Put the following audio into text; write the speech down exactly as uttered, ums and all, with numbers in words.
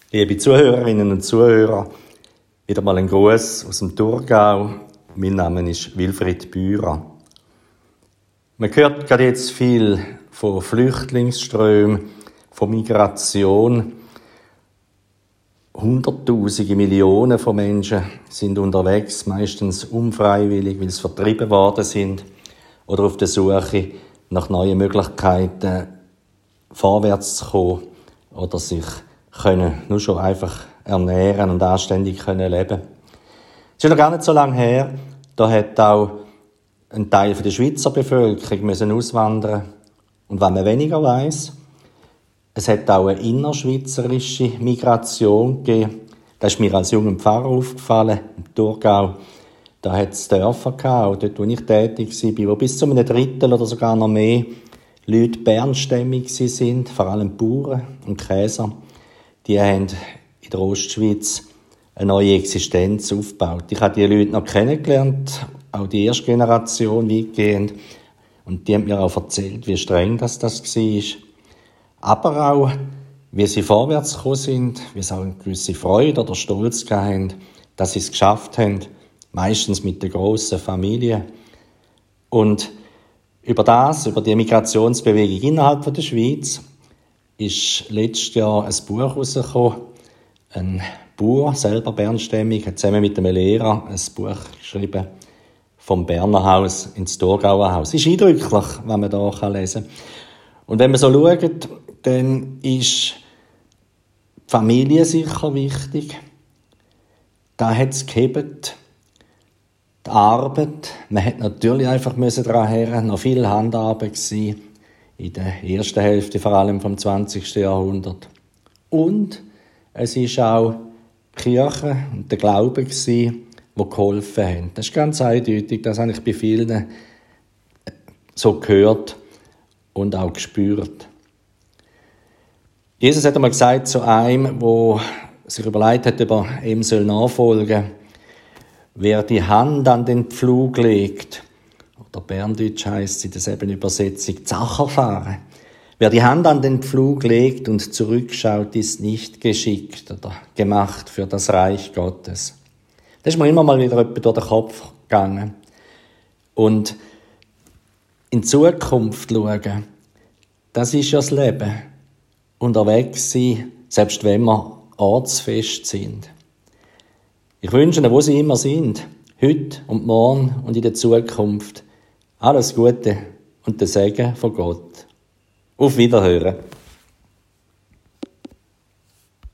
Liebe Zuhörerinnen und Zuhörer, wieder mal ein Gruß aus dem Thurgau. Mein Name ist Wilfried Bührer. Man hört gerade jetzt viel von Flüchtlingsströmen, von Migration. Hunderttausende, Millionen von Menschen sind unterwegs, meistens unfreiwillig, weil sie vertrieben worden sind oder auf der Suche nach neuen Möglichkeiten, vorwärts zu kommen oder sich können nur schon einfach ernähren und anständig können leben. Es ist noch gar nicht so lange her, da hat auch ein Teil der Schweizer Bevölkerung müssen auswandern. Und wenn man weniger weiss, es hat auch eine innerschweizerische Migration gegeben. Das ist mir als junger Pfarrer aufgefallen, im Thurgau. Da hat es Dörfer gehabt, dort wo ich tätig war, wo bis zu einem Drittel oder sogar noch mehr Leute bernstämmig sind, vor allem Bauern und Käser. Die haben in der Ostschweiz eine neue Existenz aufgebaut. Ich habe diese Leute noch kennengelernt, auch die erste Generation weitgehend. Und die haben mir auch erzählt, wie streng das, das war. Aber auch, wie sie vorwärts gekommen sind, wie sie auch eine gewisse Freude oder Stolz hatten, dass sie es geschafft haben, meistens mit der grossen Familie. Und über das, über die Migrationsbewegung innerhalb der Schweiz, ist letztes Jahr ein Buch herausgekommen. Ein Bauer, selber bernstämmig, hat zusammen mit einem Lehrer ein Buch geschrieben, vom Berner Haus ins Thurgauer Haus. Ist eindrücklich, wenn man da lesen kann. Und wenn man so schaut, dann ist die Familie sicher wichtig. Da hat es gehebt. Die Arbeit. Man hat natürlich einfach daran her, noch viel Handarbeit gewesen. In der ersten Hälfte vor allem vom zwanzigsten Jahrhundert. Und es war auch die Kirche und der Glaube gewesen, die geholfen haben. Das ist ganz eindeutig, das habe ich bei vielen so gehört und auch gespürt. Jesus hat einmal gesagt zu einem, der sich überlegt hat, ob er ihm nachfolgen soll, wer die Hand an den Pflug legt, oder Berndeutsch heisst in derselben Übersetzung, Zacher fahren. Wer die Hand an den Pflug legt und zurückschaut, ist nicht geschickt oder gemacht für das Reich Gottes. Das ist mir immer mal wieder durch den Kopf gegangen. Und in Zukunft schauen, das ist ja das Leben. Unterwegs sein, selbst wenn wir ortsfest sind. Ich wünsche Ihnen, wo Sie immer sind, heute und morgen und in der Zukunft, alles Gute und den Segen von Gott. Auf Wiederhören.